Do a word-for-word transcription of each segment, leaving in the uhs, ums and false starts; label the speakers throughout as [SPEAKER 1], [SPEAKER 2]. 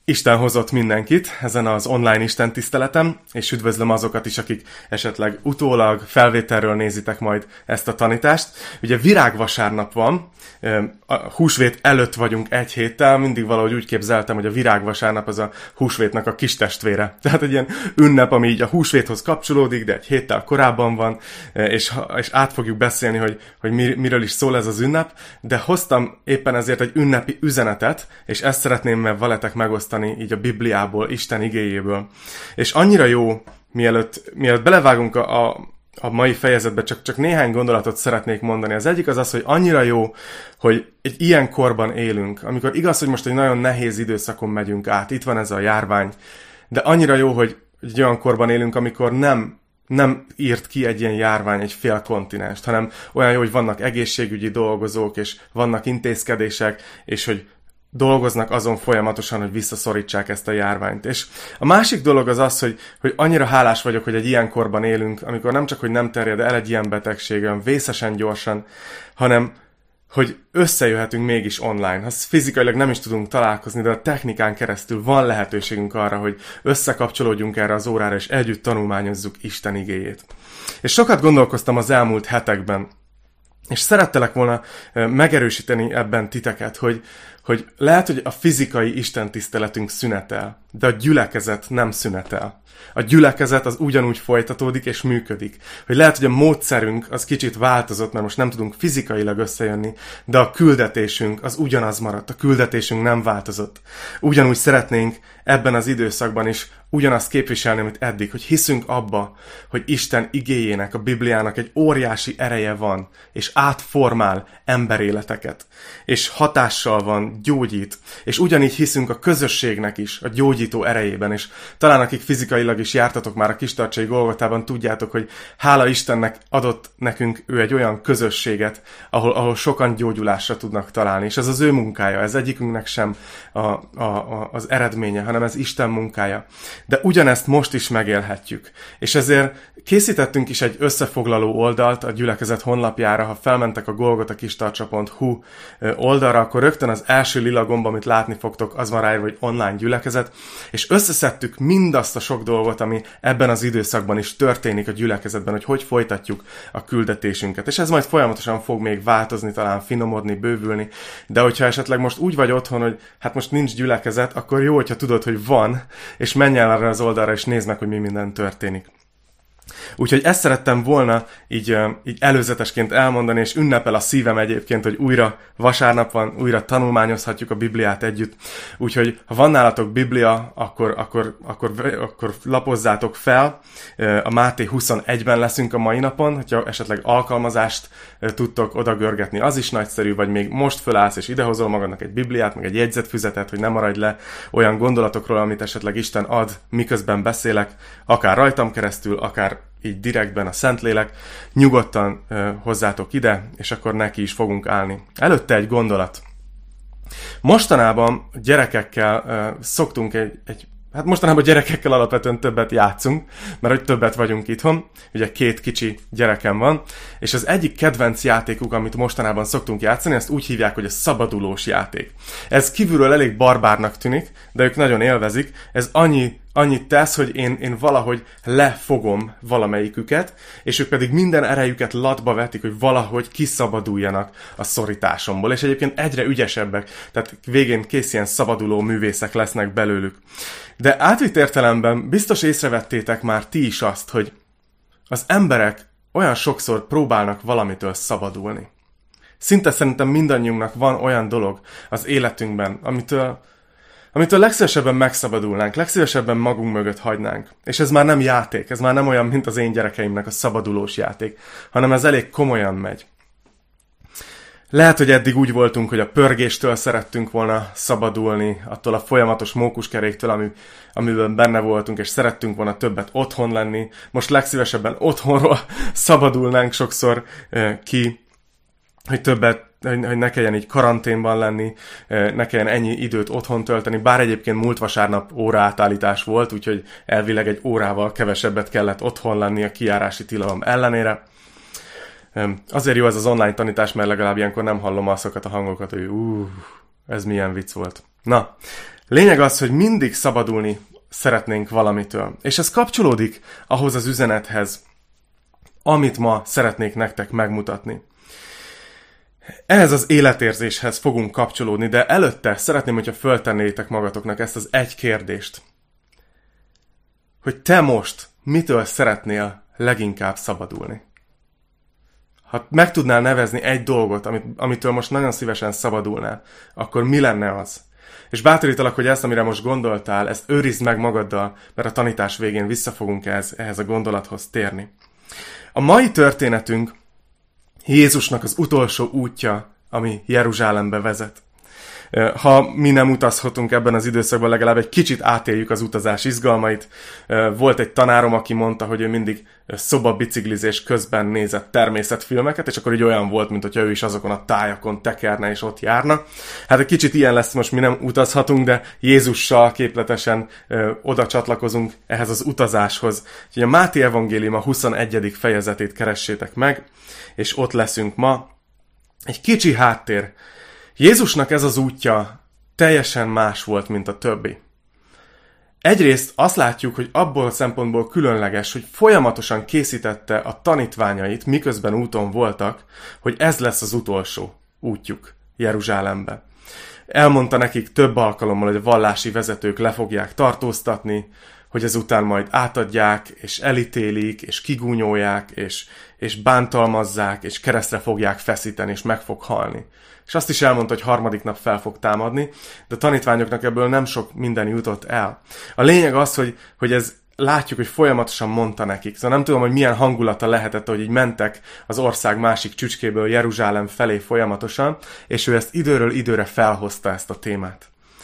[SPEAKER 1] Isten hozott mindenkit ezen az online Isten tiszteletem, és üdvözlöm azokat is, akik esetleg utólag felvételről nézitek majd ezt a tanítást. Ugye virágvasárnap van, a húsvét előtt vagyunk egy héttel, mindig valahogy úgy képzeltem, hogy a virágvasárnap az a húsvétnak a kistestvére. Tehát egy ilyen ünnep, ami így a húsvéthoz kapcsolódik, de egy héttel korábban van, és, és át fogjuk beszélni, hogy, hogy mir, miről is szól ez az ünnep, de hoztam éppen ezért egy ünnepi üzenetet, és ezt szeretném veletek megosztani így a Bibliából, Isten igéjéből. És annyira jó, mielőtt, mielőtt belevágunk a, a, a mai fejezetbe, csak, csak néhány gondolatot szeretnék mondani. Az egyik az az, hogy annyira jó, hogy egy ilyen korban élünk, amikor igaz, hogy most egy nagyon nehéz időszakon megyünk át, itt van ez a járvány, de annyira jó, hogy egy olyan korban élünk, amikor nem, nem írt ki egy ilyen járvány egy fél kontinenst, hanem olyan jó, hogy vannak egészségügyi dolgozók, és vannak intézkedések, és hogy dolgoznak azon folyamatosan, hogy visszaszorítsák ezt a járványt. És a másik dolog az az, hogy, hogy annyira hálás vagyok, hogy egy ilyen korban élünk, amikor nem csak, hogy nem terjed el egy ilyen betegség, olyan vészesen gyorsan, hanem hogy összejöhetünk mégis online. Ha fizikailag nem is tudunk találkozni, de a technikán keresztül van lehetőségünk arra, hogy összekapcsolódjunk erre az órára, és együtt tanulmányozzuk Isten igéjét. És sokat gondolkoztam az elmúlt hetekben, és szerettelek volna megerősíteni ebben titeket, hogy, hogy lehet, hogy a fizikai istentiszteletünk szünetel, de a gyülekezet nem szünetel. A gyülekezet az ugyanúgy folytatódik és működik. Hogy lehet, hogy a módszerünk az kicsit változott, mert most nem tudunk fizikailag összejönni, de a küldetésünk az ugyanaz maradt. A küldetésünk nem változott. Ugyanúgy szeretnénk ebben az időszakban is ugyanazt képviselni, amit eddig, hogy hiszünk abba, hogy Isten igéjének, a Bibliának egy óriási ereje van, és átformál emberéleteket, és hatással van, gyógyít, és ugyanígy hiszünk a közösségnek is, a gyógyító erejében, és talán akik fizikailag is jártatok már a Kistarcsai Golgotában, tudjátok, hogy hála Istennek adott nekünk ő egy olyan közösséget, ahol, ahol sokan gyógyulásra tudnak találni, és ez az ő munkája, ez egyikünknek sem a, a, a, az eredménye, hanem ez Isten munkája. De ugyanezt most is megélhetjük. És ezért készítettünk is egy összefoglaló oldalt a gyülekezet honlapjára. Ha felmentek a golgotakistarcsa pont hu oldalra, akkor rögtön az első lila gomb, amit látni fogtok, az van ráírva, hogy online gyülekezet, és összeszedtük mindazt a sok dolgot, ami ebben az időszakban is történik a gyülekezetben, hogy hogy folytatjuk a küldetésünket. És ez majd folyamatosan fog még változni, talán finomodni, bővülni, de hogyha esetleg most úgy vagy otthon, hogy hát most nincs gyülekezet, akkor jó, hogyha tudod, hogy van, és menj el arra az oldalra, és nézd meg, hogy mi minden történik. Úgyhogy ezt szerettem volna így, így előzetesként elmondani, és ünnepel a szívem egyébként, hogy újra vasárnap van, újra tanulmányozhatjuk a Bibliát együtt. Úgyhogy ha van nálatok Biblia, akkor, akkor, akkor, akkor lapozzátok fel. A Máté huszonegyben leszünk a mai napon, hogyha esetleg alkalmazást tudtok oda görgetni, az is nagyszerű, vagy még most fölállsz, és idehozol magadnak egy Bibliát, meg egy jegyzetfüzetet, hogy ne maradj le olyan gondolatokról, amit esetleg Isten ad, miközben beszélek, akár rajtam keresztül, akár így direktben a Szentlélek, nyugodtan uh, hozzátok ide, és akkor neki is fogunk állni. Előtte egy gondolat. Mostanában gyerekekkel uh, szoktunk egy, egy Hát mostanában gyerekekkel alapvetően többet játszunk, mert hogy többet vagyunk itthon, ugye két kicsi gyerekem van, és az egyik kedvenc játékuk, amit mostanában szoktunk játszani, ezt úgy hívják, hogy a szabadulós játék. Ez kívülről elég barbárnak tűnik, de ők nagyon élvezik. Ez annyi, annyit tesz, hogy én, én valahogy lefogom valamelyiküket, és ők pedig minden erejüket latba vetik, hogy valahogy kiszabaduljanak a szorításomból. És egyébként egyre ügyesebbek, tehát végén kész ilyen szabaduló művészek lesznek belőlük. De átvitt értelemben biztos észrevettétek már ti is azt, hogy az emberek olyan sokszor próbálnak valamitől szabadulni. Szinte szerintem mindannyiunknak van olyan dolog az életünkben, amitől, amitől legszívesebben megszabadulnánk, legszívesebben magunk mögött hagynánk. És ez már nem játék, ez már nem olyan, mint az én gyerekeimnek a szabadulós játék, hanem ez elég komolyan megy. Lehet, hogy eddig úgy voltunk, hogy a pörgéstől szerettünk volna szabadulni, attól a folyamatos mókuskeréktől, ami, amiben benne voltunk, és szerettünk volna többet otthon lenni. Most legszívesebben otthonról szabadulnánk sokszor eh, ki, hogy többet, hogy, hogy ne kelljen így karanténban lenni, eh, ne kelljen ennyi időt otthon tölteni, bár egyébként múlt vasárnap óraátállítás volt, úgyhogy elvileg egy órával kevesebbet kellett otthon lenni a kijárási tilalom ellenére. Azért jó ez az online tanítás, mert legalább ilyenkor nem hallom azokat a hangokat, hogy ú, ez milyen vicc volt. Na, Lényeg az, hogy mindig szabadulni szeretnénk valamitől. És ez kapcsolódik ahhoz az üzenethez, amit ma szeretnék nektek megmutatni. Ehhez az életérzéshez fogunk kapcsolódni, de előtte szeretném, hogyha föltennétek magatoknak ezt az egy kérdést. Hogy te most mitől szeretnél leginkább szabadulni? Ha meg tudnál nevezni egy dolgot, amit, amitől most nagyon szívesen szabadulnál, akkor mi lenne az? És bátorítalak, hogy ezt, amire most gondoltál, ezt őrizd meg magaddal, mert a tanítás végén vissza fogunk ehhez, ehhez a gondolathoz térni. A mai történetünk Jézusnak az utolsó útja, ami Jeruzsálembe vezet. Ha mi nem utazhatunk ebben az időszakban, legalább egy kicsit átéljük az utazás izgalmait. Volt egy tanárom, aki mondta, hogy ő mindig szobabiciklizés közben nézett természetfilmeket, és akkor így olyan volt, mint hogyha ő is azokon a tájakon tekerne és ott járna. Hát egy kicsit ilyen lesz, most mi nem utazhatunk, de Jézussal képletesen ö, oda csatlakozunk ehhez az utazáshoz. Úgyhogy a Máté evangélium a huszonegyedik fejezetét keressétek meg, és ott leszünk ma. Egy kicsi háttér. Jézusnak ez az útja teljesen más volt, mint a többi. Egyrészt azt látjuk, hogy abból a szempontból különleges, hogy folyamatosan készítette a tanítványait, miközben úton voltak, hogy ez lesz az utolsó útjuk Jeruzsálembe. Elmondta nekik több alkalommal, hogy a vallási vezetők le fogják tartóztatni, hogy ezután majd átadják, és elítélik, és kigúnyolják, és, és bántalmazzák, és keresztre fogják feszíteni, és meg fog halni. És azt is elmondta, hogy harmadik nap fel fog támadni, de a tanítványoknak ebből nem sok minden jutott el. A lényeg az, hogy, hogy ez látjuk, hogy folyamatosan mondta nekik. Szóval nem tudom, hogy milyen hangulata lehetett, hogy így mentek az ország másik csücskéből Jeruzsálem felé folyamatosan, és ő ezt időről időre felhozta ezt a témát.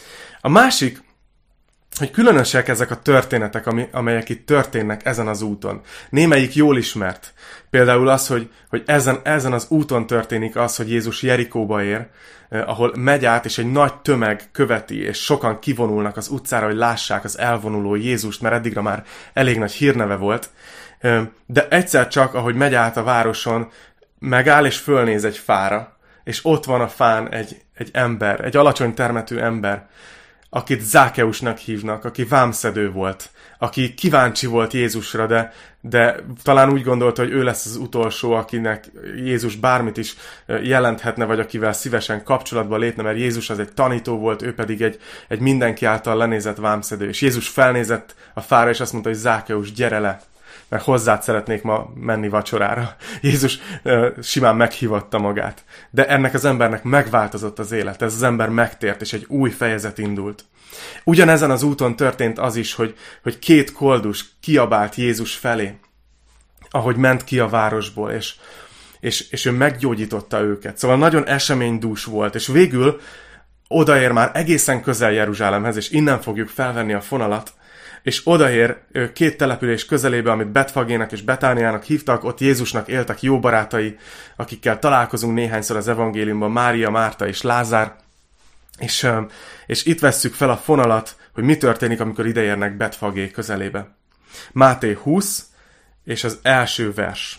[SPEAKER 1] A másik, hogy különösek ezek a történetek, ami, amelyek itt történnek ezen az úton. Némelyik jól ismert. Például az, hogy, hogy ezen, ezen az úton történik az, hogy Jézus Jerikóba ér, eh, ahol megy át, és egy nagy tömeg követi, és sokan kivonulnak az utcára, hogy lássák az elvonuló Jézust, mert eddigra már elég nagy hírneve volt. Eh, de egyszer csak, ahogy megy át a városon, megáll, és fölnéz egy fára, és ott van a fán egy, egy ember, egy alacsony termetű ember, akit Zákeusnak hívnak, aki vámszedő volt, aki kíváncsi volt Jézusra, de, de talán úgy gondolta, hogy ő lesz az utolsó, akinek Jézus bármit is jelenthetne, vagy akivel szívesen kapcsolatba lépne, mert Jézus az egy tanító volt, ő pedig egy, egy mindenki által lenézett vámszedő. És Jézus felnézett a fára, és azt mondta, hogy Zákeus, gyere le, mert hozzád szeretnék ma menni vacsorára. Jézus uh, simán meghívatta magát. De ennek az embernek megváltozott az élet. Ez az ember megtért, és egy új fejezet indult. Ugyanezen az úton történt az is, hogy, hogy két koldus kiabált Jézus felé, ahogy ment ki a városból, és, és, és ő meggyógyította őket. Szóval nagyon eseménydús volt, és végül odaér már egészen közel Jeruzsálemhez, és innen fogjuk felvenni a fonalat, és odaér két település közelébe, amit Betfagénak és Betániának hívtak, ott Jézusnak éltek jó barátai, akikkel találkozunk néhányszor az evangéliumban, Mária, Márta és Lázár, és, és itt vesszük fel a fonalat, hogy mi történik, amikor ideérnek Betfagé közelébe. Máté húsz, és az első vers.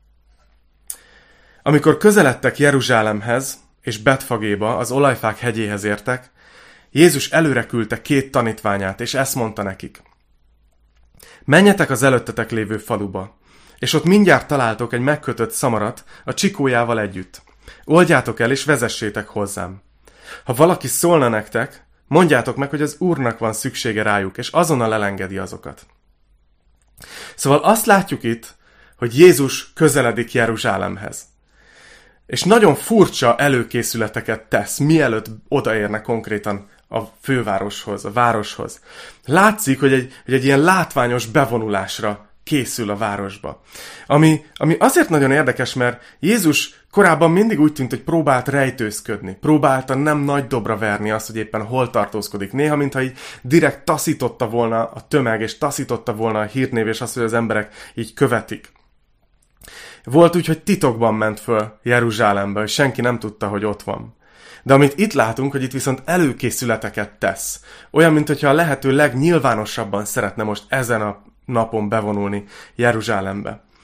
[SPEAKER 1] Amikor közeledtek Jeruzsálemhez és Betfagéba, az olajfák hegyéhez értek, Jézus előre küldte két tanítványát, és ezt mondta nekik. Menjetek az előttetek lévő faluba, és ott mindjárt találtok egy megkötött szamarat a csikójával együtt. Oldjátok el, és vezessétek hozzám. Ha valaki szólna nektek, mondjátok meg, hogy az Úrnak van szüksége rájuk, és azonnal elengedi azokat. Szóval azt látjuk itt, hogy Jézus közeledik Jeruzsálemhez. És nagyon furcsa előkészületeket tesz, mielőtt odaérne konkrétan a fővároshoz, a városhoz. Látszik, hogy egy, hogy egy ilyen látványos bevonulásra készül a városba. Ami, ami azért nagyon érdekes, mert Jézus korábban mindig úgy tűnt, hogy próbált rejtőzködni. Próbálta nem nagy dobra verni azt, hogy éppen hol tartózkodik. Néha, mintha így direkt taszította volna a tömeg, és taszította volna a hírnév, és azt, hogy az emberek így követik. Volt úgy, hogy titokban ment föl Jeruzsálembe, és senki nem tudta, hogy ott van. De amit itt látunk, hogy itt viszont előkészületeket tesz. Olyan, mintha a lehető legnyilvánosabban szeretne most ezen a napon bevonulni Jeruzsálembe.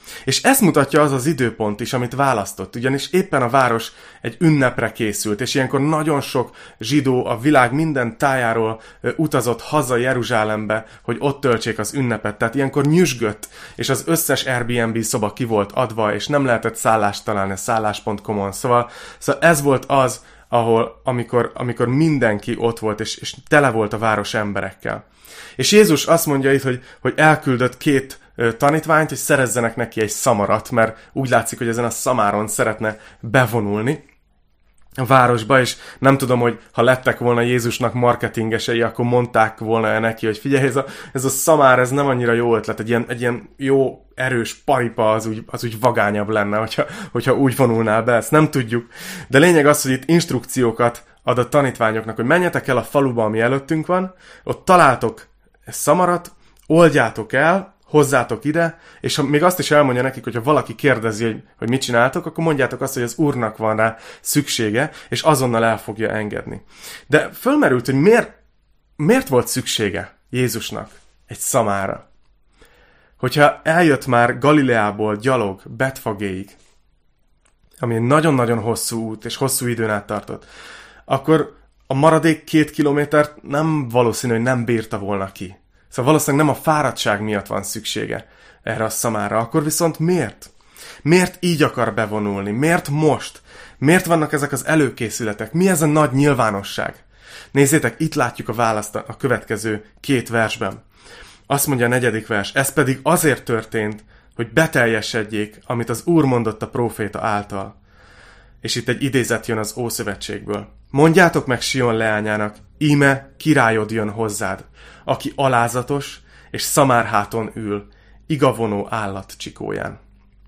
[SPEAKER 1] És ezt mutatja az az időpont is, amit választott, ugyanis éppen a város egy ünnepre készült, és ilyenkor nagyon sok zsidó a világ minden tájáról utazott haza Jeruzsálembe, hogy ott töltsék az ünnepet, tehát ilyenkor nyüzsgött, és az összes Airbnb szoba ki volt adva, és nem lehetett szállást találni a szállás pont com-on, szóval, szóval ez volt az, ahol, amikor, amikor mindenki ott volt, és, és tele volt a város emberekkel. És Jézus azt mondja itt, hogy, hogy elküldött két tanítványt, hogy szerezzenek neki egy szamarat, mert úgy látszik, hogy ezen a szamáron szeretne bevonulni a városba, és nem tudom, hogy ha lettek volna Jézusnak marketingesei, akkor mondták volna neki, hogy figyelj, ez a, ez a szamár, ez nem annyira jó ötlet, egy ilyen, egy ilyen jó, erős paripa az úgy, az úgy vagányabb lenne, hogyha, hogyha úgy vonulnál be, ezt nem tudjuk. De lényeg az, hogy itt instrukciókat ad a tanítványoknak, hogy menjetek el a faluba, ami előttünk van, ott találtok szamarat, oldjátok el, hozzátok ide, és ha még azt is elmondja nekik, hogyha valaki kérdezi, hogy, hogy mit csináltok, akkor mondjátok azt, hogy az Úrnak van rá szüksége, és azonnal el fogja engedni. De fölmerült, hogy miért, miért volt szüksége Jézusnak egy szamára? Hogyha eljött már Galileából gyalog Betfagéig, ami egy nagyon-nagyon hosszú út, és hosszú időn át tartott, akkor a maradék két kilométert nem valószínű, hogy nem bírta volna ki. Szóval valószínűleg nem a fáradtság miatt van szüksége erre a szamára. Akkor viszont miért? Miért így akar bevonulni? Miért most? Miért vannak ezek az előkészületek? Mi ez a nagy nyilvánosság? Nézzétek, itt látjuk a választ a következő két versben. Azt mondja a negyedik vers, ez pedig azért történt, hogy beteljesedjék, amit az Úr mondott a próféta által. És itt egy idézet jön az Ószövetségből. Mondjátok meg Sion leányának, íme királyod jön hozzád, aki alázatos és szamárháton ül, igavonó állat csikóján.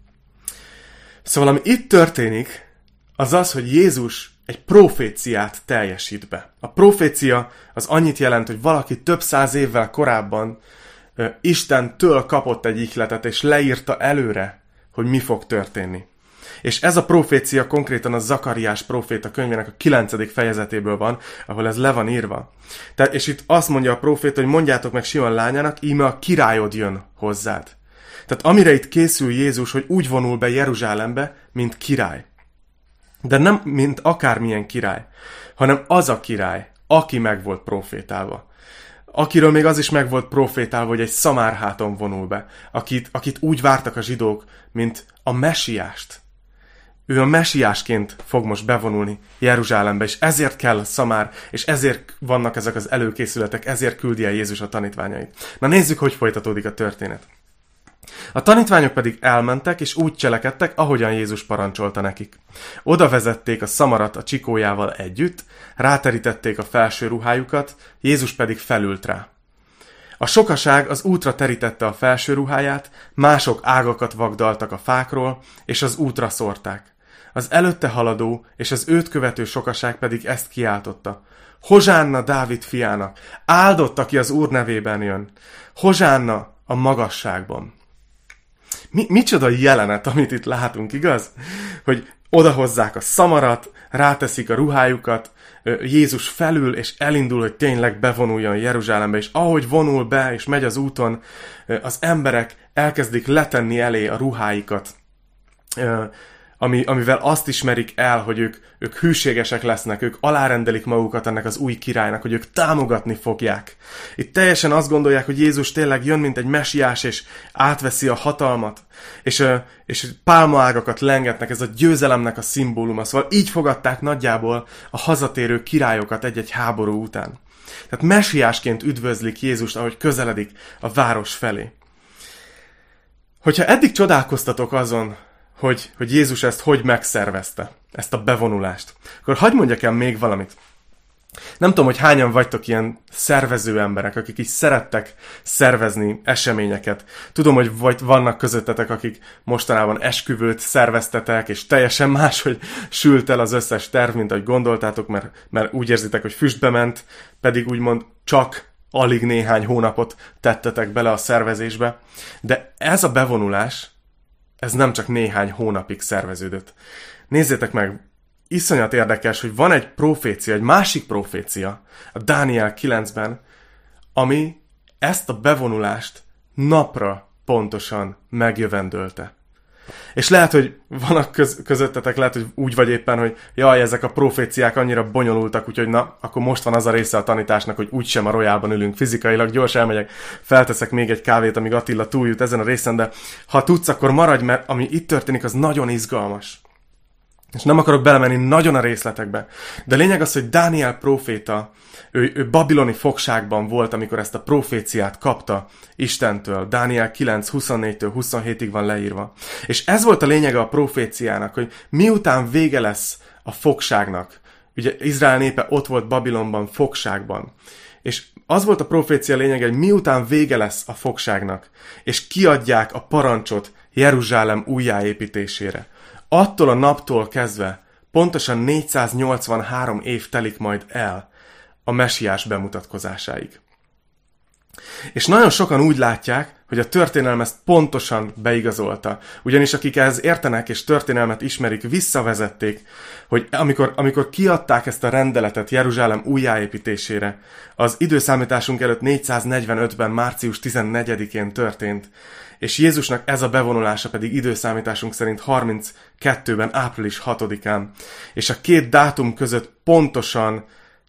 [SPEAKER 1] Szóval ami itt történik, az az, hogy Jézus egy proféciát teljesít be. A profécia az annyit jelent, hogy valaki több száz évvel korábban ö, Istentől kapott egy ihletet, és leírta előre, hogy mi fog történni. És ez a profécia konkrétan a Zakariás próféta könyvének a kilencedik fejezetéből van, ahol ez le van írva. Tehát, és itt azt mondja a próféta, hogy mondjátok meg Sion lányának, íme a királyod jön hozzád. Tehát amire itt készül Jézus, hogy úgy vonul be Jeruzsálembe, mint király. De nem mint akármilyen király, hanem az a király, aki meg volt profétálva. Akiről még az is meg volt profétálva, hogy egy szamárháton vonul be. Akit, akit úgy vártak a zsidók, mint a mesiást. Ő a mesiásként fog most bevonulni Jeruzsálembe, és ezért kell a szamár, és ezért vannak ezek az előkészületek, ezért küldi el Jézus a tanítványait. Na nézzük, hogy folytatódik a történet. A tanítványok pedig elmentek, és úgy cselekedtek, ahogyan Jézus parancsolta nekik. Oda vezették a szamarat a csikójával együtt, ráterítették a felső ruhájukat, Jézus pedig felült rá. A sokaság az útra terítette a felső ruháját, mások ágakat vagdaltak a fákról, és az útra szórták. Az előtte haladó és az őt követő sokaság pedig ezt kiáltotta. Hozsánna Dávid fiának, áldott, aki az Úr nevében jön. Hozsánna a magasságban. Mi, micsoda jelenet, amit itt látunk, igaz? Hogy odahozzák a szamarat, ráteszik a ruhájukat, Jézus felül, és elindul, hogy tényleg bevonuljon Jeruzsálembe, és ahogy vonul be, és megy az úton, az emberek elkezdik letenni elé a ruháikat, ami, amivel azt ismerik el, hogy ők, ők hűségesek lesznek, ők alárendelik magukat ennek az új királynak, hogy ők támogatni fogják. Itt teljesen azt gondolják, hogy Jézus tényleg jön, mint egy mesiás, és átveszi a hatalmat, és, és pálmaágakat lengetnek, ez a győzelemnek a szimbóluma. Szóval így fogadták nagyjából a hazatérő királyokat egy-egy háború után. Tehát mesiásként üdvözlik Jézust, ahogy közeledik a város felé. Hogyha eddig csodálkoztatok azon, Hogy, hogy Jézus ezt hogy megszervezte, ezt a bevonulást, akkor hadd mondjak el még valamit. Nem tudom, hogy hányan vagytok ilyen szervező emberek, akik is szerettek szervezni eseményeket. Tudom, hogy vagy vannak közöttetek, akik mostanában esküvőt szerveztetek, és teljesen máshogy sült el az összes terv, mint ahogy gondoltátok, mert, mert úgy érzitek, hogy füstbe ment, pedig úgymond csak alig néhány hónapot tettetek bele a szervezésbe. De ez a bevonulás, ez nem csak néhány hónapig szerveződött. Nézzétek meg, iszonyat érdekes, hogy van egy profécia, egy másik profécia, a Dániel kilencben, ami ezt a bevonulást napra pontosan megjövendölte. És lehet, hogy vannak köz- közöttetek, lehet, hogy úgy vagy éppen, hogy jaj, ezek a proféciák annyira bonyolultak, úgyhogy na, akkor most van az a része a tanításnak, hogy úgysem a Royalban ülünk fizikailag, gyors elmegyek, felteszek még egy kávét, amíg Attila túljut ezen a részen, de ha tudsz, akkor maradj, mert ami itt történik, az nagyon izgalmas. És nem akarok belemenni nagyon a részletekbe, de lényeg az, hogy Dániel próféta, ő, ő babiloni fogságban volt, amikor ezt a proféciát kapta Istentől. Dániel kilenc huszonnégytől huszonhétig van leírva. És ez volt a lényege a proféciának, hogy miután vége lesz a fogságnak, ugye Izrael népe ott volt Babilonban, fogságban, és az volt a profécia lényege, hogy miután vége lesz a fogságnak, és kiadják a parancsot Jeruzsálem újjáépítésére, attól a naptól kezdve pontosan négyszáznyolcvanhárom év telik majd el a mesiás bemutatkozásáig. És nagyon sokan úgy látják, hogy a történelem ezt pontosan beigazolta. Ugyanis akik ehhez értenek és történelmet ismerik, visszavezették, hogy amikor, amikor kiadták ezt a rendeletet Jeruzsálem újjáépítésére, az időszámításunk előtt négyszáznegyvenötben, március tizennegyedikén történt, és Jézusnak ez a bevonulása pedig időszámításunk szerint harminckettőben, április hatodikán. És a két dátum között pontosan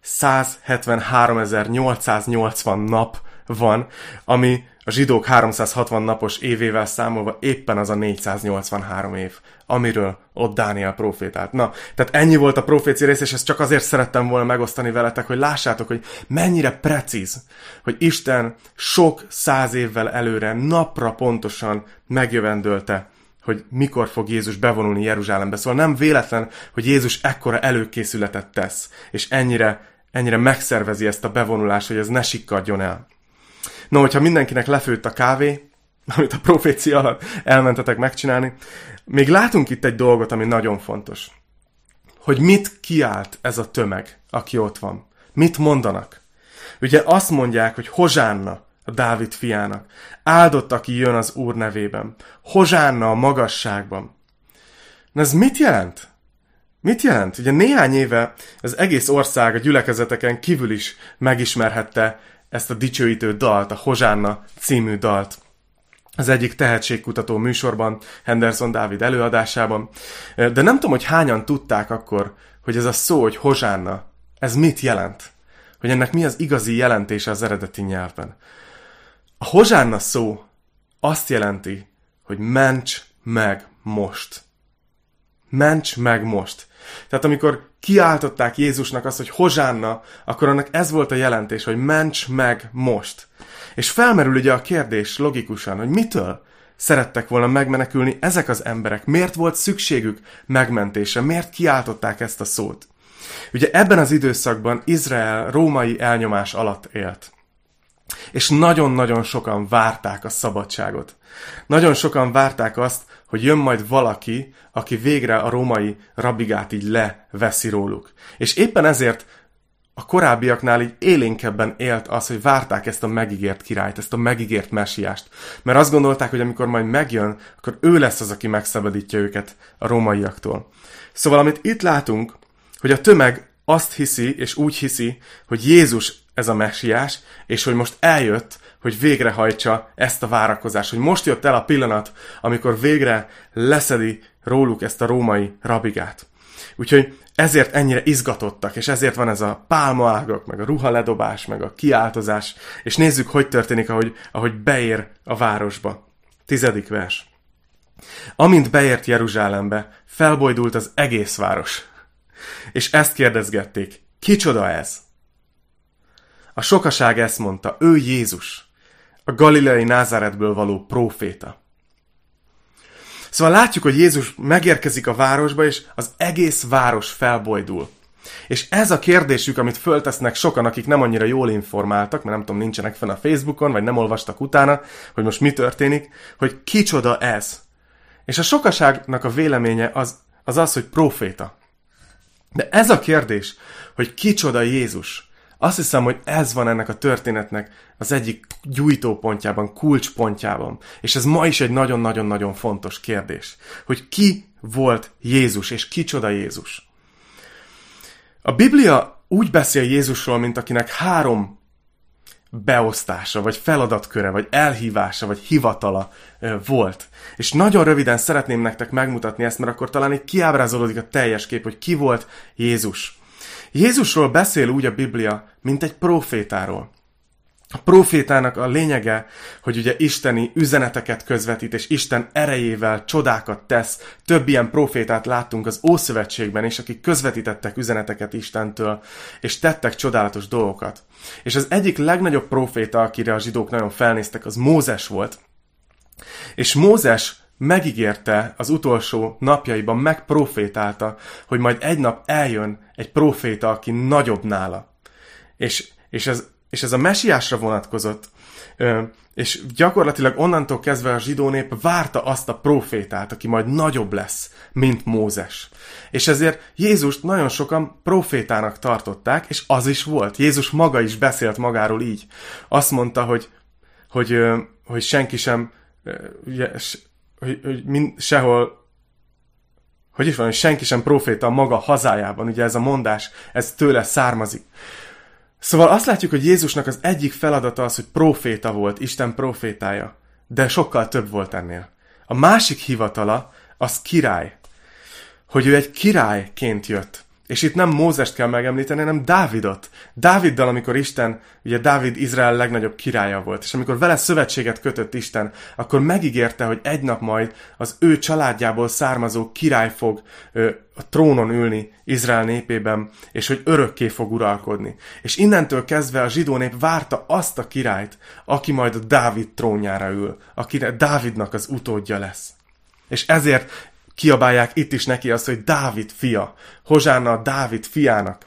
[SPEAKER 1] százhetvenháromezer-nyolcszáznyolcvan nap van, ami a zsidók háromszázhatvan napos évével számolva éppen az a négyszáznyolcvanhárom év, amiről ott Dániel profétált. Na, tehát ennyi volt a profécia rész, és ezt csak azért szerettem volna megosztani veletek, hogy lássátok, hogy mennyire precíz, hogy Isten sok száz évvel előre, napra pontosan megjövendölte, hogy mikor fog Jézus bevonulni Jeruzsálembe. Szóval nem véletlen, hogy Jézus ekkora előkészületet tesz, és ennyire, ennyire megszervezi ezt a bevonulást, hogy ez ne sikkadjon el. No, hogyha mindenkinek lefőtt a kávé, amit a profécia alatt elmentetek megcsinálni, még látunk itt egy dolgot, ami nagyon fontos. Hogy mit kiált ez a tömeg, aki ott van. Mit mondanak? Ugye azt mondják, hogy Hozsánna a Dávid fiának. Áldott, aki jön az Úr nevében. Hozsánna a magasságban. Na ez mit jelent? Mit jelent? Ugye néhány éve az egész ország a gyülekezeteken kívül is megismerhette ezt a dicsőítő dalt, a Hozsánna című dalt. Az egyik tehetségkutató műsorban, Henderson Dávid előadásában. De nem tudom, hogy hányan tudták akkor, hogy ez a szó, hogy Hozsánna, ez mit jelent? Hogy ennek mi az igazi jelentése az eredeti nyelvben. A Hozsánna szó azt jelenti, hogy ments meg most. Ments meg most. Tehát amikor kiáltották Jézusnak azt, hogy Hozsánna, akkor annak ez volt a jelentés, hogy ments meg most. És felmerül ugye a kérdés logikusan, hogy mitől szerettek volna megmenekülni ezek az emberek? Miért volt szükségük megmentésre? Miért kiáltották ezt a szót? Ugye ebben az időszakban Izrael római elnyomás alatt élt. És nagyon-nagyon sokan várták a szabadságot. Nagyon sokan várták azt, hogy jön majd valaki, aki végre a római rabigát így leveszi róluk. És éppen ezért a korábbiaknál így élénkebben élt az, hogy várták ezt a megígért királyt, ezt a megígért mesiást. Mert azt gondolták, hogy amikor majd megjön, akkor ő lesz az, aki megszabadítja őket a rómaiaktól. Szóval amit itt látunk, hogy a tömeg azt hiszi, és úgy hiszi, hogy Jézus ez a mesiás, és hogy most eljött, hogy végrehajtsa ezt a várakozást, hogy most jött el a pillanat, amikor végre leszedi róluk ezt a római rabigát. Úgyhogy ezért ennyire izgatottak, és ezért van ez a pálmaágak, meg a ruhaledobás, meg a kiáltozás, és nézzük, hogy történik, ahogy, ahogy beér a városba. Tizedik vers. Amint beért Jeruzsálembe, felbojdult az egész város. És ezt kérdezgették, kicsoda ez? A sokaság ezt mondta, ő Jézus, a galileai Názáretből való próféta. Szóval látjuk, hogy Jézus megérkezik a városba, és az egész város felbojdul. És ez a kérdésük, amit föltesznek sokan, akik nem annyira jól informáltak, mert nem tudom, nincsenek fenn a Facebookon, vagy nem olvastak utána, hogy most mi történik, hogy kicsoda ez. És a sokaságnak a véleménye az az, az hogy próféta. De ez a kérdés, hogy kicsoda Jézus, azt hiszem, hogy ez van ennek a történetnek az egyik gyújtópontjában, kulcspontjában. És ez ma is egy nagyon-nagyon-nagyon fontos kérdés. Hogy ki volt Jézus, és kicsoda Jézus. A Biblia úgy beszél Jézusról, mint akinek három beosztása, vagy feladatköre, vagy elhívása, vagy hivatala volt. És nagyon röviden szeretném nektek megmutatni ezt, mert akkor talán így kiábrázolódik a teljes kép, hogy ki volt Jézus. Jézusról beszél úgy a Biblia, mint egy prófétáról. A prófétának a lényege, hogy ugye isteni üzeneteket közvetít, és Isten erejével csodákat tesz. Több ilyen prófétát láttunk az Ószövetségben is, akik közvetítettek üzeneteket Istentől, és tettek csodálatos dolgokat. És az egyik legnagyobb próféta, akire a zsidók nagyon felnéztek, az Mózes volt. És Mózes megígérte az utolsó napjaiban, megprofétálta, hogy majd egy nap eljön egy próféta, aki nagyobb nála. És, és ez És ez a mesiásra vonatkozott, és gyakorlatilag onnantól kezdve a zsidó nép várta azt a prófétát, aki majd nagyobb lesz, mint Mózes. És ezért Jézust nagyon sokan prófétának tartották, és az is volt. Jézus maga is beszélt magáról így. Azt mondta, hogy, hogy, hogy senki sem, hogy, hogy mind, sehol, hogy is van, hogy senki sem próféta a maga hazájában. Ugye ez a mondás, ez tőle származik. Szóval azt látjuk, hogy Jézusnak az egyik feladata az, hogy próféta volt, Isten prófétája, de sokkal több volt ennél. A másik hivatala az király, hogy ő egy királyként jött. És itt nem Mózest kell megemlíteni, hanem Dávidot. Dáviddal, amikor Isten, ugye Dávid Izrael legnagyobb királya volt, és amikor vele szövetséget kötött Isten, akkor megígérte, hogy egy nap majd az ő családjából származó király fog ö, a trónon ülni Izrael népében, és hogy örökké fog uralkodni. És innentől kezdve a zsidó nép várta azt a királyt, aki majd a Dávid trónjára ül, akire Dávidnak az utódja lesz. És ezért kiabálják itt is neki azt, hogy Dávid fia. Hozsánna a Dávid fiának.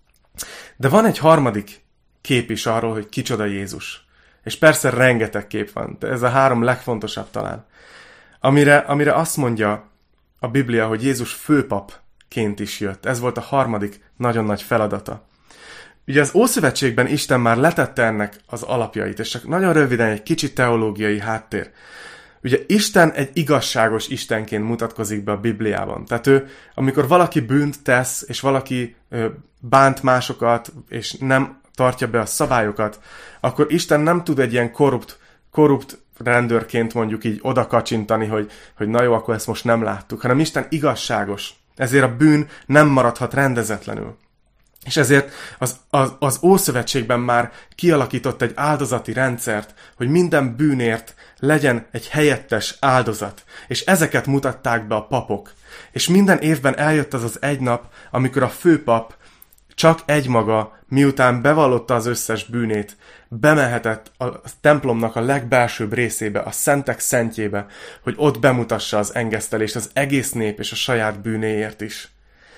[SPEAKER 1] De van egy harmadik kép is arról, hogy kicsoda Jézus. És persze rengeteg kép van, de ez a három legfontosabb talán. Amire, amire azt mondja a Biblia, hogy Jézus főpapként is jött. Ez volt a harmadik nagyon nagy feladata. Ugye az Ószövetségben Isten már letette ennek az alapjait, és csak nagyon röviden egy kicsi teológiai háttér. Ugye Isten egy igazságos Istenként mutatkozik be a Bibliában. Tehát ő, amikor valaki bűnt tesz, és valaki ö, bánt másokat, és nem tartja be a szabályokat, akkor Isten nem tud egy ilyen korrupt, korrupt rendőrként mondjuk így oda kacsintani, hogy, hogy na jó, akkor ezt most nem láttuk, hanem Isten igazságos. Ezért a bűn nem maradhat rendezetlenül. És ezért az, az, az Ószövetségben már kialakított egy áldozati rendszert, hogy minden bűnért legyen egy helyettes áldozat. És ezeket mutatták be a papok. És minden évben eljött az az egy nap, amikor a főpap csak egymaga, miután bevallotta az összes bűnét, bemehetett a templomnak a legbelsőbb részébe, a szentek szentjébe, hogy ott bemutassa az engesztelést az egész nép és a saját bűnéért is.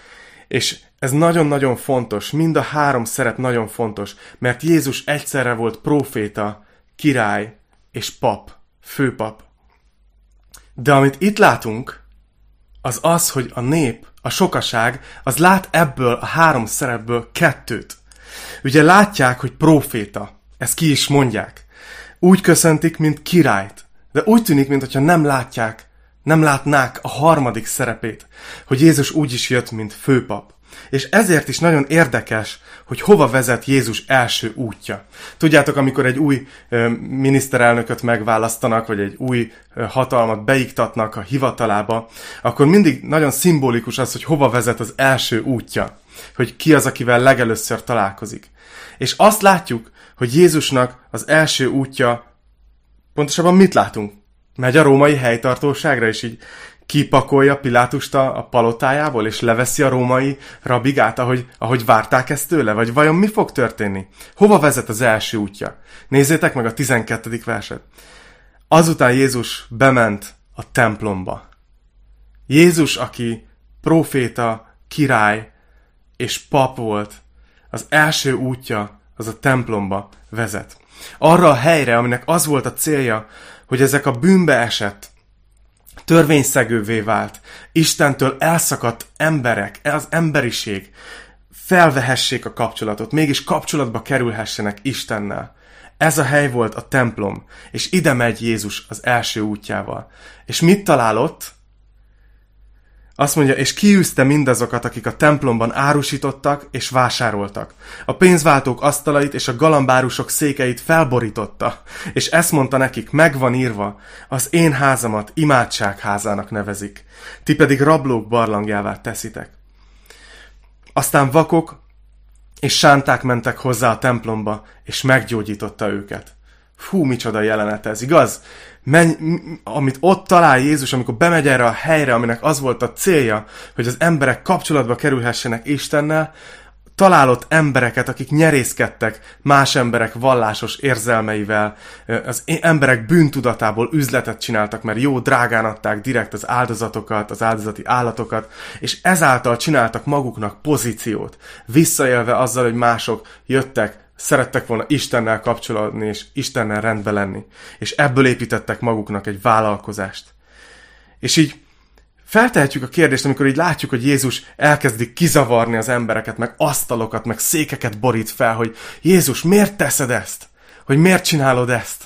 [SPEAKER 1] És ez nagyon-nagyon fontos, mind a három szerep nagyon fontos, mert Jézus egyszerre volt próféta, király és pap, főpap. De amit itt látunk, az az, hogy a nép, a sokaság, az lát ebből a három szerepből kettőt. Ugye látják, hogy próféta, ezt ki is mondják. Úgy köszöntik, mint királyt, de úgy tűnik, mintha nem látják, nem látnák a harmadik szerepét, hogy Jézus úgy is jött, mint főpap. És ezért is nagyon érdekes, hogy hova vezet Jézus első útja. Tudjátok, amikor egy új ö, miniszterelnököt megválasztanak, vagy egy új ö, hatalmat beiktatnak a hivatalába, akkor mindig nagyon szimbolikus az, hogy hova vezet az első útja. Hogy ki az, akivel legelőször találkozik. És azt látjuk, hogy Jézusnak az első útja, pontosabban mit látunk? Megy a római helytartóságra, és így kipakolja Pilátust a palotájából, és leveszi a római rabigát, ahogy, ahogy várták ezt tőle? Vagy vajon mi fog történni? Hova vezet az első útja? Nézzétek meg a tizenkettedik verset. Azután Jézus bement a templomba. Jézus, aki próféta, király és pap volt, az első útja az a templomba vezet. Arra a helyre, aminek az volt a célja, hogy ezek a bűnbe esett, törvényszegővé vált, Istentől elszakadt emberek, az emberiség felvehessék a kapcsolatot, mégis kapcsolatba kerülhessenek Istennel. Ez a hely volt a templom, és ide megy Jézus az első útjával. És mit talál ott? Azt mondja, és kiűzte mindazokat, akik a templomban árusítottak és vásároltak. A pénzváltók asztalait és a galambárusok székeit felborította, és ezt mondta nekik, megvan írva, az én házamat imádságházának nevezik, ti pedig rablók barlangjává teszitek. Aztán vakok és sánták mentek hozzá a templomba, és meggyógyította őket. Fú, micsoda jelenet ez, igaz? Menj, amit ott talál Jézus, amikor bemegy erre a helyre, aminek az volt a célja, hogy az emberek kapcsolatba kerülhessenek Istennel, találott embereket, akik nyerészkedtek más emberek vallásos érzelmeivel, az emberek bűntudatából üzletet csináltak, mert jó drágán adták direkt az áldozatokat, az áldozati állatokat, és ezáltal csináltak maguknak pozíciót, visszaélve azzal, hogy mások jöttek, szerettek volna Istennel kapcsolódni, és Istennel rendben lenni. És ebből építettek maguknak egy vállalkozást. És így feltehetjük a kérdést, amikor így látjuk, hogy Jézus elkezdi kizavarni az embereket, meg asztalokat, meg székeket borít fel, hogy Jézus, miért teszed ezt? Hogy miért csinálod ezt?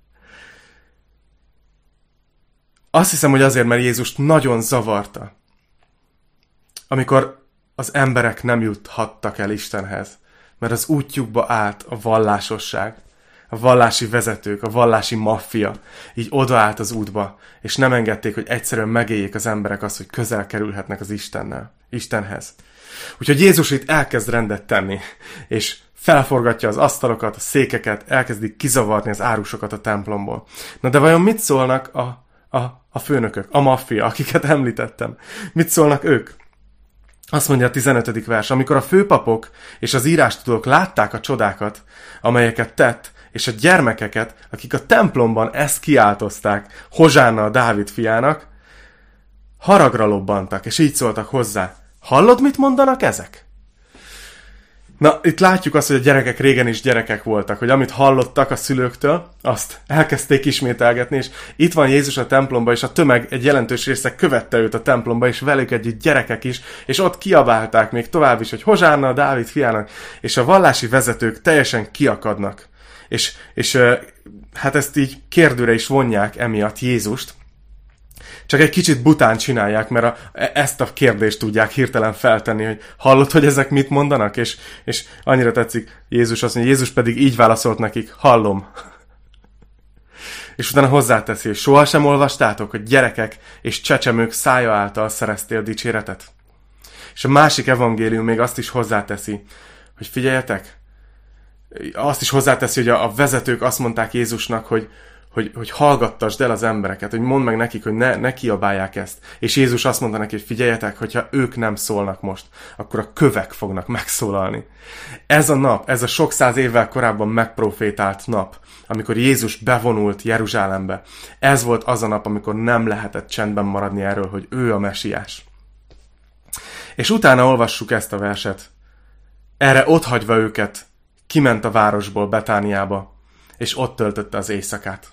[SPEAKER 1] Azt hiszem, hogy azért, mert Jézust nagyon zavarta, amikor az emberek nem juthattak el Istenhez, mert az útjukba állt a vallásosság, a vallási vezetők, a vallási maffia, így odaállt az útba, és nem engedték, hogy egyszerűen megéljék az emberek azt, hogy közel kerülhetnek az Istennel, Istenhez. Úgyhogy Jézus itt elkezd rendet tenni, és felforgatja az asztalokat, a székeket, elkezdik kizavarni az árusokat a templomból. Na de vajon mit szólnak a, a, a főnökök, a maffia, akiket említettem? Mit szólnak ők? Azt mondja a tizenötödik vers, amikor a főpapok és az írástudók látták a csodákat, amelyeket tett, és a gyermekeket, akik a templomban ezt kiáltozták, Hozsánna a Dávid fiának, haragra lobbantak, és így szóltak hozzá. Hallod, mit mondanak ezek? Na, itt látjuk azt, hogy a gyerekek régen is gyerekek voltak, hogy amit hallottak a szülőktől, azt elkezdték ismételgetni, és itt van Jézus a templomba, és a tömeg egy jelentős része követte őt a templomba, és velük együtt gyerekek is, és ott kiabálták még tovább is, hogy Hozsánna a Dávid fiának, és a vallási vezetők teljesen kiakadnak. És, és hát ezt így kérdőre is vonják emiatt Jézust, csak egy kicsit bután csinálják, mert a, ezt a kérdést tudják hirtelen feltenni, hogy hallod, hogy ezek mit mondanak? És, és annyira tetszik Jézus, azt mondja, Jézus pedig így válaszolt nekik, hallom. És utána hozzáteszi, hogy sohasem olvastátok, hogy gyerekek és csecsemők szája által szereztél dicséretet? És a másik evangélium még azt is hozzáteszi, hogy figyeljetek, azt is hozzáteszi, hogy a, a vezetők azt mondták Jézusnak, hogy Hogy, hogy hallgattasd el az embereket, hogy mondd meg nekik, hogy ne, ne kiabálják ezt. És Jézus azt mondta neki, hogy figyeljetek, hogyha ők nem szólnak most, akkor a kövek fognak megszólalni. Ez a nap, ez a sok száz évvel korábban megprofétált nap, amikor Jézus bevonult Jeruzsálembe. Ez volt az a nap, amikor nem lehetett csendben maradni erről, hogy ő a mesiás. És utána olvassuk ezt a verset. Erre otthagyva őket, kiment a városból Betániába, és ott töltötte az éjszakát.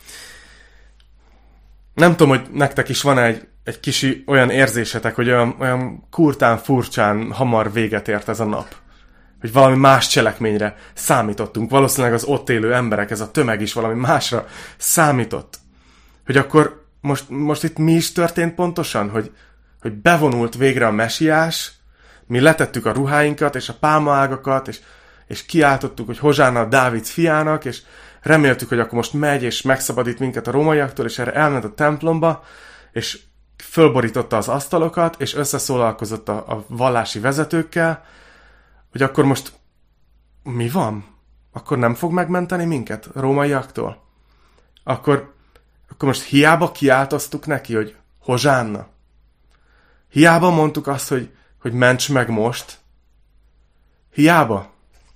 [SPEAKER 1] Nem tudom, hogy nektek is van egy, egy kisi olyan érzésetek, hogy olyan, olyan kurtán, furcsán hamar véget ért ez a nap. Hogy valami más cselekményre számítottunk. Valószínűleg az ott élő emberek, ez a tömeg is valami másra számított. Hogy akkor most, most itt mi is történt pontosan? Hogy, hogy bevonult végre a mesiás, mi letettük a ruháinkat és a pálmaágakat, és és kiáltottuk, hogy Hozsánna a Dávid fiának, és reméltük, hogy akkor most megy, és megszabadít minket a rómaiaktól, és erre elment a templomba, és fölborította az asztalokat, és összeszólalkozott a, a vallási vezetőkkel, hogy akkor most mi van? Akkor nem fog megmenteni minket a rómaiaktól? Akkor, akkor most hiába kiáltoztuk neki, hogy Hozsánna? Hiába mondtuk azt, hogy, hogy ments meg most? Hiába?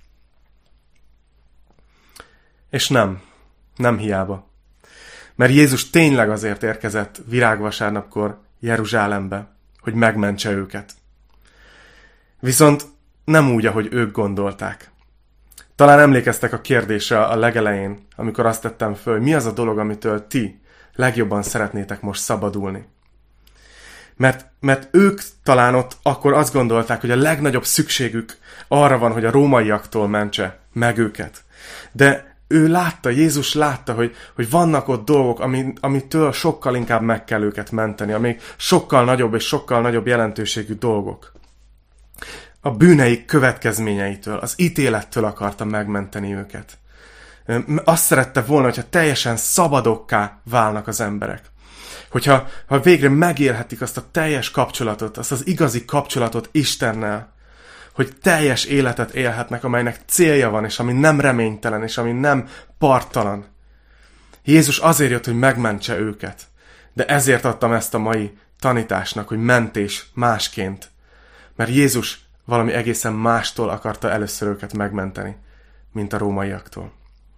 [SPEAKER 1] És nem, nem hiába. Mert Jézus tényleg azért érkezett virágvasárnapkor Jeruzsálembe, hogy megmentse őket. Viszont nem úgy, ahogy ők gondolták. Talán emlékeztek a kérdésre a legelején, amikor azt tettem föl, hogy mi az a dolog, amitől ti legjobban szeretnétek most szabadulni. Mert, mert ők talán ott akkor azt gondolták, hogy a legnagyobb szükségük arra van, hogy a rómaiaktól mentse meg őket. De ő látta, Jézus látta, hogy, hogy vannak ott dolgok, ami, amitől sokkal inkább meg kell őket menteni, amik sokkal nagyobb és sokkal nagyobb jelentőségű dolgok. A bűneik következményeitől, az ítélettől akarta megmenteni őket. Azt szerette volna, hogyha teljesen szabadokká válnak az emberek. Hogyha ha végre megélhetik azt a teljes kapcsolatot, azt az igazi kapcsolatot Istennel, hogy teljes életet élhetnek, amelynek célja van, és ami nem reménytelen, és ami nem parttalan. Jézus azért jött, hogy megmentse őket. De ezért adtam ezt a mai tanításnak, hogy mentés másként. Mert Jézus valami egészen mástól akarta először őket megmenteni, mint a rómaiaktól.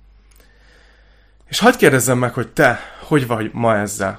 [SPEAKER 1] És hadd kérdezzem meg, hogy te hogy vagy ma ezzel?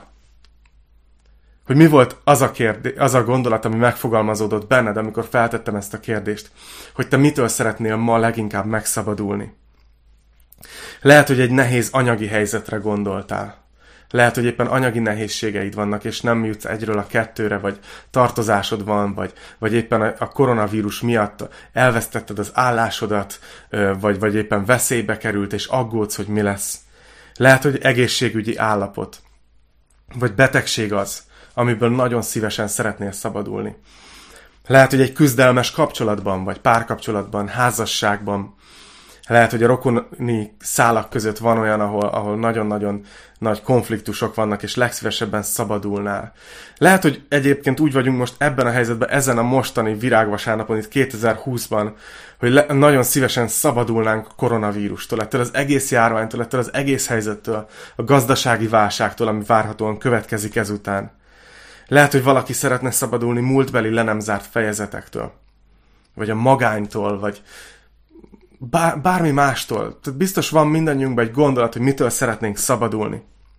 [SPEAKER 1] Hogy mi volt az a, kérdé- az a gondolat, ami megfogalmazódott benned, amikor feltettem ezt a kérdést, hogy te mitől szeretnél ma leginkább megszabadulni. Lehet, hogy egy nehéz anyagi helyzetre gondoltál. Lehet, hogy éppen anyagi nehézségeid vannak, és nem jutsz egyről a kettőre, vagy tartozásod van, vagy, vagy éppen a koronavírus miatt elvesztetted az állásodat, vagy, vagy éppen veszélybe került, és aggódsz, hogy mi lesz. Lehet, hogy egészségügyi állapot, vagy betegség az, amiből nagyon szívesen szeretnél szabadulni. Lehet, hogy egy küzdelmes kapcsolatban, vagy párkapcsolatban, házasságban. Lehet, hogy a rokoni szálak között van olyan, ahol, ahol nagyon-nagyon nagy konfliktusok vannak, és legszívesebben szabadulnál. Lehet, hogy egyébként úgy vagyunk most ebben a helyzetben, ezen a mostani virágvasárnapon, itt kétezer-húszban, hogy le, nagyon szívesen szabadulnánk a koronavírustól, ettől az egész járványtól, ettől az egész helyzettől, a gazdasági válságtól, ami várhatóan következik ezután. Lehet, hogy valaki szeretne szabadulni múltbeli le nem zárt fejezetektől, vagy a magánytól, vagy bár, bármi mástól. Tehát biztos van mindannyiunkban egy gondolat, hogy mitől szeretnénk szabadulni.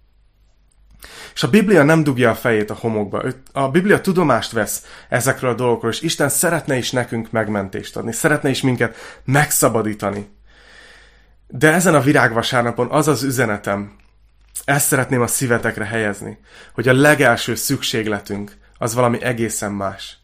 [SPEAKER 1] És a Biblia nem dugja a fejét a homokba. A Biblia tudomást vesz ezekről a dolgokról, és Isten szeretne is nekünk megmentést adni, szeretne is minket megszabadítani. De ezen a virágvasárnapon az az üzenetem, ezt szeretném a szívetekre helyezni, hogy a legelső szükségletünk az valami egészen más.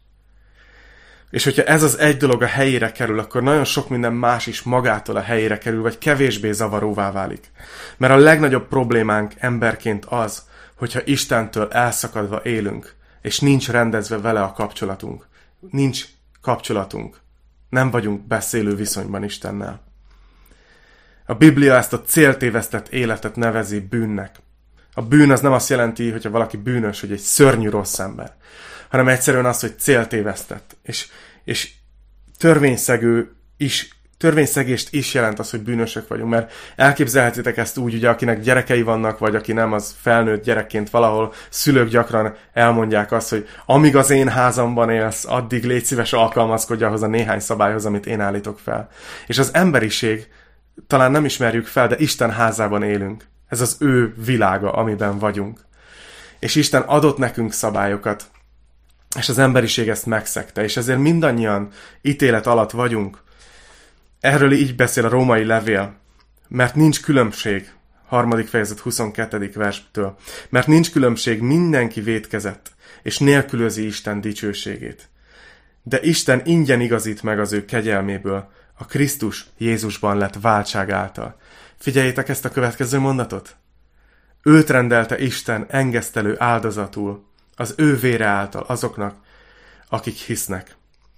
[SPEAKER 1] És hogyha ez az egy dolog a helyére kerül, akkor nagyon sok minden más is magától a helyére kerül, vagy kevésbé zavaróvá válik. Mert a legnagyobb problémánk emberként az, hogyha Istentől elszakadva élünk, és nincs rendezve vele a kapcsolatunk. Nincs kapcsolatunk. Nem vagyunk beszélő viszonyban Istennel. A Biblia ezt a céltévesztett életet nevezi bűnnek. A bűn az nem azt jelenti, hogyha valaki bűnös, hogy egy szörnyű rossz ember, hanem egyszerűen az, hogy céltévesztett. És, és törvényszegő is, törvényszegést is jelent az, hogy bűnösök vagyunk, mert elképzelhetitek ezt úgy, ugye, akinek gyerekei vannak, vagy aki nem, az felnőtt gyerekként valahol, szülők gyakran elmondják azt, hogy amíg az én házamban élsz, addig légy szíves alkalmazkodj ahhoz a néhány szabályhoz, amit én állítok fel. És az emberiség talán nem ismerjük fel, de Isten házában élünk. Ez az ő világa, amiben vagyunk. És Isten adott nekünk szabályokat, és az emberiség ezt megszegte, és ezért mindannyian ítélet alatt vagyunk. Erről így beszél a római levél, mert nincs különbség, harmadik fejezet huszonkettedik verstől, mert nincs különbség, mindenki vétkezett, és nélkülözi Isten dicsőségét. De Isten ingyen igazít meg az ő kegyelméből, a Krisztus Jézusban lett váltság által. Figyeljétek ezt a következő mondatot. Őt rendelte Isten engesztelő áldozatul, az ő vére által azoknak, akik hisznek.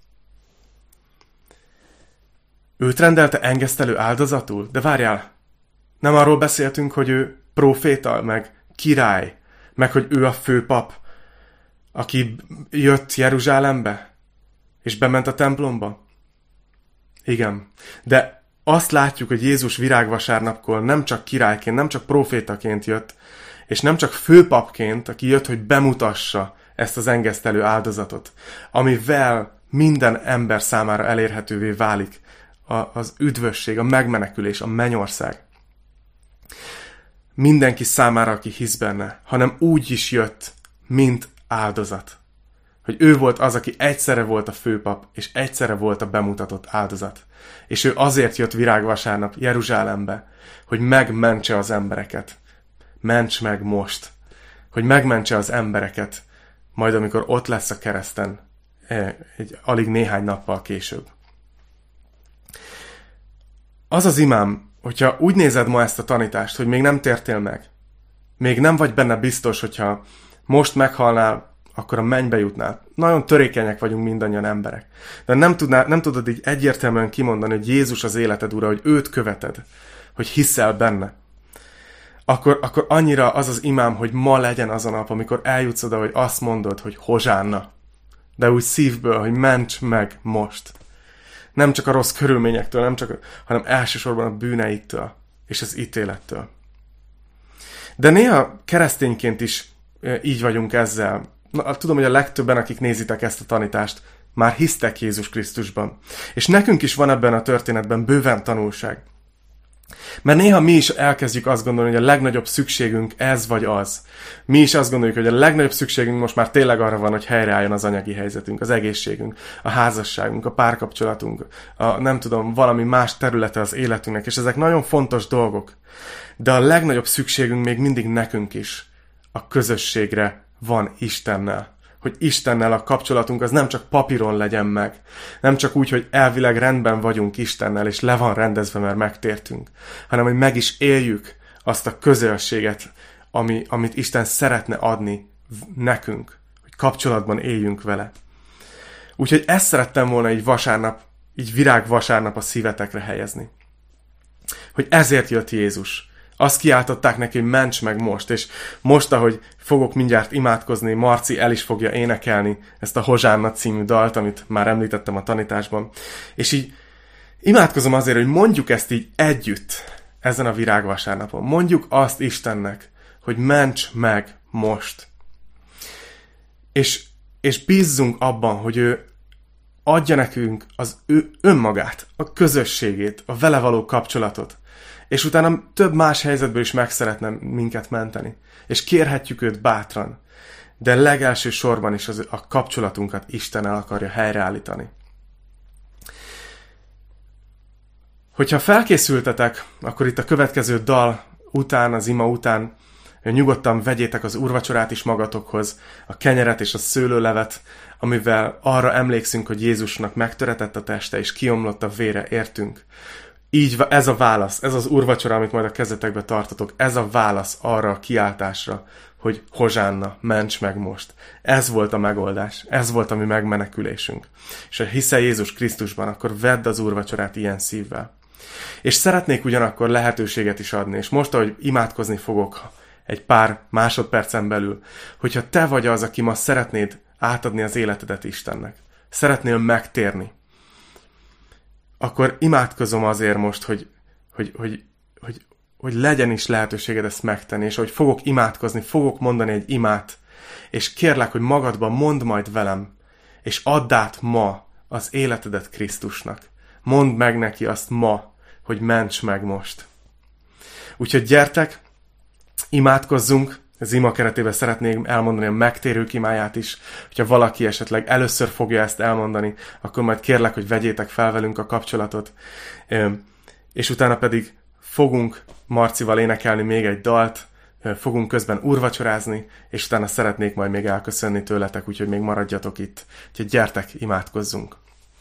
[SPEAKER 1] Őt rendelte engesztelő áldozatul? De várjál, nem arról beszéltünk, hogy ő próféta, meg király, meg hogy ő a főpap, aki jött Jeruzsálembe, és bement a templomba? Igen, de azt látjuk, hogy Jézus virágvasárnapkor nem csak királyként, nem csak profétaként jött, és nem csak főpapként, aki jött, hogy bemutassa ezt az engesztelő áldozatot, amivel minden ember számára elérhetővé válik az üdvösség, a megmenekülés, a mennyország. Mindenki számára, aki hisz benne, hanem úgy is jött, mint áldozat. Hogy ő volt az, aki egyszerre volt a főpap, és egyszerre volt a bemutatott áldozat. És ő azért jött virágvasárnap Jeruzsálembe, hogy megmentse az embereket. Ments meg most. Hogy megmentse az embereket, majd amikor ott lesz a kereszten, egy alig néhány nappal később. Az az imám, hogyha úgy nézed ma ezt a tanítást, hogy még nem tértél meg, még nem vagy benne biztos, hogyha most meghalnál, akkor a mennybe jutnál. Nagyon törékenyek vagyunk mindannyian emberek. De nem, tudnál, nem tudod így egyértelműen kimondani, hogy Jézus az életed ura, hogy őt követed, hogy hiszel benne. Akkor, akkor annyira az az imám, hogy ma legyen az a nap, amikor eljutsz oda, hogy azt mondod, hogy hozsánna. De úgy szívből, hogy ments meg most. Nem csak a rossz körülményektől, nem csak, hanem elsősorban a bűneitől és az ítélettől. De néha keresztényként is így vagyunk ezzel. Na, tudom, hogy a legtöbben, akik nézitek ezt a tanítást, már hisztek Jézus Krisztusban. És nekünk is van ebben a történetben bőven tanulság. Mert néha mi is elkezdjük azt gondolni, hogy a legnagyobb szükségünk ez vagy az. Mi is azt gondoljuk, hogy a legnagyobb szükségünk most már tényleg arra van, hogy helyreálljon az anyagi helyzetünk, az egészségünk, a házasságunk, a párkapcsolatunk, a nem tudom, valami más területe az életünknek, és ezek nagyon fontos dolgok. De a legnagyobb szükségünk még mindig nekünk is a közösségre van Istennel. Hogy Istennel a kapcsolatunk az nem csak papíron legyen meg, nem csak úgy, hogy elvileg rendben vagyunk Istennel, és le van rendezve, mert megtértünk, hanem hogy meg is éljük azt a közösséget, ami, amit Isten szeretne adni nekünk, hogy kapcsolatban éljünk vele. Úgyhogy ezt szerettem volna így vasárnap, így virág vasárnap a szívetekre helyezni. Hogy ezért jött Jézus. Azt kiáltották neki, hogy ments meg most, és most, ahogy fogok mindjárt imádkozni, Marci el is fogja énekelni ezt a Hozsánna című dalt, amit már említettem a tanításban. És így imádkozom azért, hogy mondjuk ezt így együtt ezen a virágvasárnapon. Mondjuk azt Istennek, hogy ments meg most. És, és bízzunk abban, hogy ő adja nekünk az ő önmagát, a közösségét, a vele való kapcsolatot. És utána több más helyzetből is meg szeretne minket menteni. És kérhetjük őt bátran. De legelső sorban is az, a kapcsolatunkat Isten el akarja helyreállítani. Hogyha felkészültetek, akkor itt a következő dal után, az ima után nyugodtan vegyétek az úrvacsorát is magatokhoz, a kenyeret és a szőlőlevet, amivel arra emlékszünk, hogy Jézusnak megtöretett a teste és kiomlott a vére, értünk. Így ez a válasz, ez az úrvacsora, amit majd a kezetekbe tartotok, ez a válasz arra a kiáltásra, hogy Hozsánna, ments meg most. Ez volt a megoldás, ez volt a mi megmenekülésünk. És ha hiszel Jézus Krisztusban, akkor vedd az úrvacsorát ilyen szívvel. És szeretnék ugyanakkor lehetőséget is adni, és most, ahogy imádkozni fogok egy pár másodpercen belül, hogyha te vagy az, aki ma szeretnéd átadni az életedet Istennek, szeretnél megtérni, akkor imádkozom azért most, hogy, hogy, hogy, hogy, hogy legyen is lehetőséged ezt megtenni, és hogy fogok imádkozni, fogok mondani egy imát, és kérlek, hogy magadban mondd majd velem, és add át ma az életedet Krisztusnak. Mondd meg neki azt ma, hogy ments meg most. Úgyhogy gyertek, imádkozzunk, az ima keretében szeretnék elmondani a megtérők imáját is. Hogyha valaki esetleg először fogja ezt elmondani, akkor majd kérlek, hogy vegyétek fel velünk a kapcsolatot. És utána pedig fogunk Marcival énekelni még egy dalt, fogunk közben úrvacsorázni, és utána szeretnék majd még elköszönni tőletek, úgyhogy még maradjatok itt. Úgyhogy gyertek, imádkozzunk.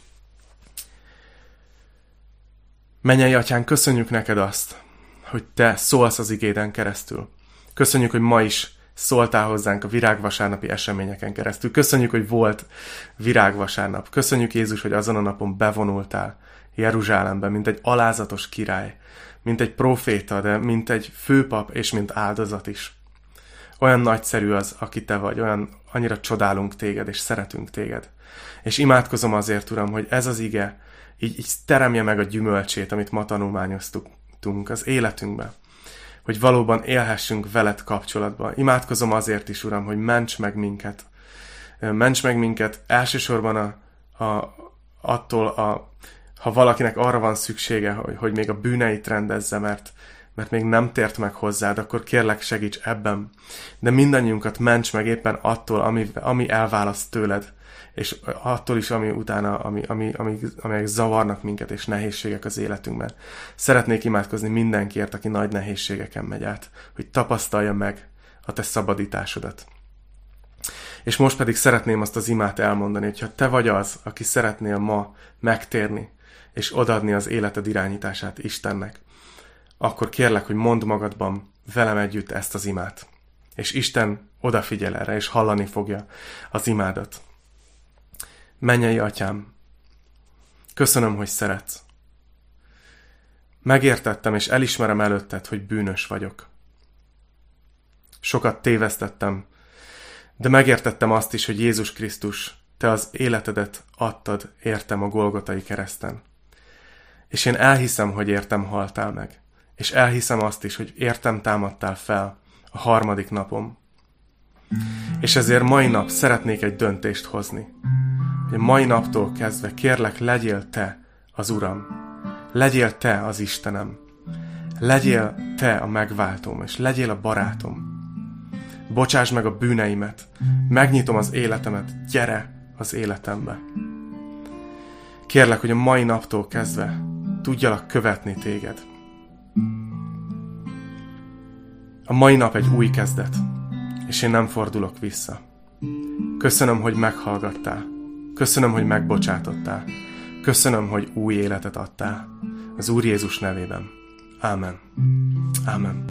[SPEAKER 1] Mennyei Atyán, köszönjük neked azt, hogy te szólsz az igéden keresztül. Köszönjük, hogy ma is szóltál hozzánk a virágvasárnapi eseményeken keresztül. Köszönjük, hogy volt virágvasárnap. Köszönjük, Jézus, hogy azon a napon bevonultál Jeruzsálembe, mint egy alázatos király, mint egy proféta, de mint egy főpap és mint áldozat is. Olyan nagyszerű az, aki te vagy, olyan annyira csodálunk téged, és szeretünk téged. És imádkozom azért, Uram, hogy ez az ige így, így teremje meg a gyümölcsét, amit ma tanulmányoztunk az életünkben. Hogy valóban élhessünk veled kapcsolatban. Imádkozom azért is, Uram, hogy ments meg minket. Ments meg minket elsősorban a, a, attól, a, ha valakinek arra van szüksége, hogy, hogy még a bűneit rendezze, mert, mert még nem tért meg hozzád, akkor kérlek, segíts ebben. De mindannyiunkat ments meg éppen attól, ami, ami elválaszt tőled, és attól is, ami utána, ami, ami, ami, amelyek zavarnak minket, és nehézségek az életünkben. Szeretnék imádkozni mindenkiért, aki nagy nehézségeken megy át, hogy tapasztalja meg a te szabadításodat. És most pedig szeretném azt az imát elmondani, hogyha te vagy az, aki szeretnél ma megtérni, és odaadni az életed irányítását Istennek, akkor kérlek, hogy mondd magadban velem együtt ezt az imát. És Isten odafigyel erre, és hallani fogja az imádat. Mennyei Atyám, köszönöm, hogy szeretsz. Megértettem, és elismerem előtted, hogy bűnös vagyok. Sokat tévesztettem, de megértettem azt is, hogy Jézus Krisztus, te az életedet adtad értem a Golgotai kereszten. És én elhiszem, hogy értem haltál meg. És elhiszem azt is, hogy értem támadtál fel a harmadik napom. És ezért mai nap szeretnék egy döntést hozni. Hogy mai naptól kezdve kérlek, legyél te az Uram. Legyél te az Istenem. Legyél te a megváltóm, és legyél a barátom. Bocsáss meg a bűneimet. Megnyitom az életemet. Gyere az életembe. Kérlek, hogy a mai naptól kezdve tudjalak követni téged. A mai nap egy új kezdet, és én nem fordulok vissza. Köszönöm, hogy meghallgattál. Köszönöm, hogy megbocsátottál. Köszönöm, hogy új életet adtál. Az Úr Jézus nevében. Ámen. Ámen.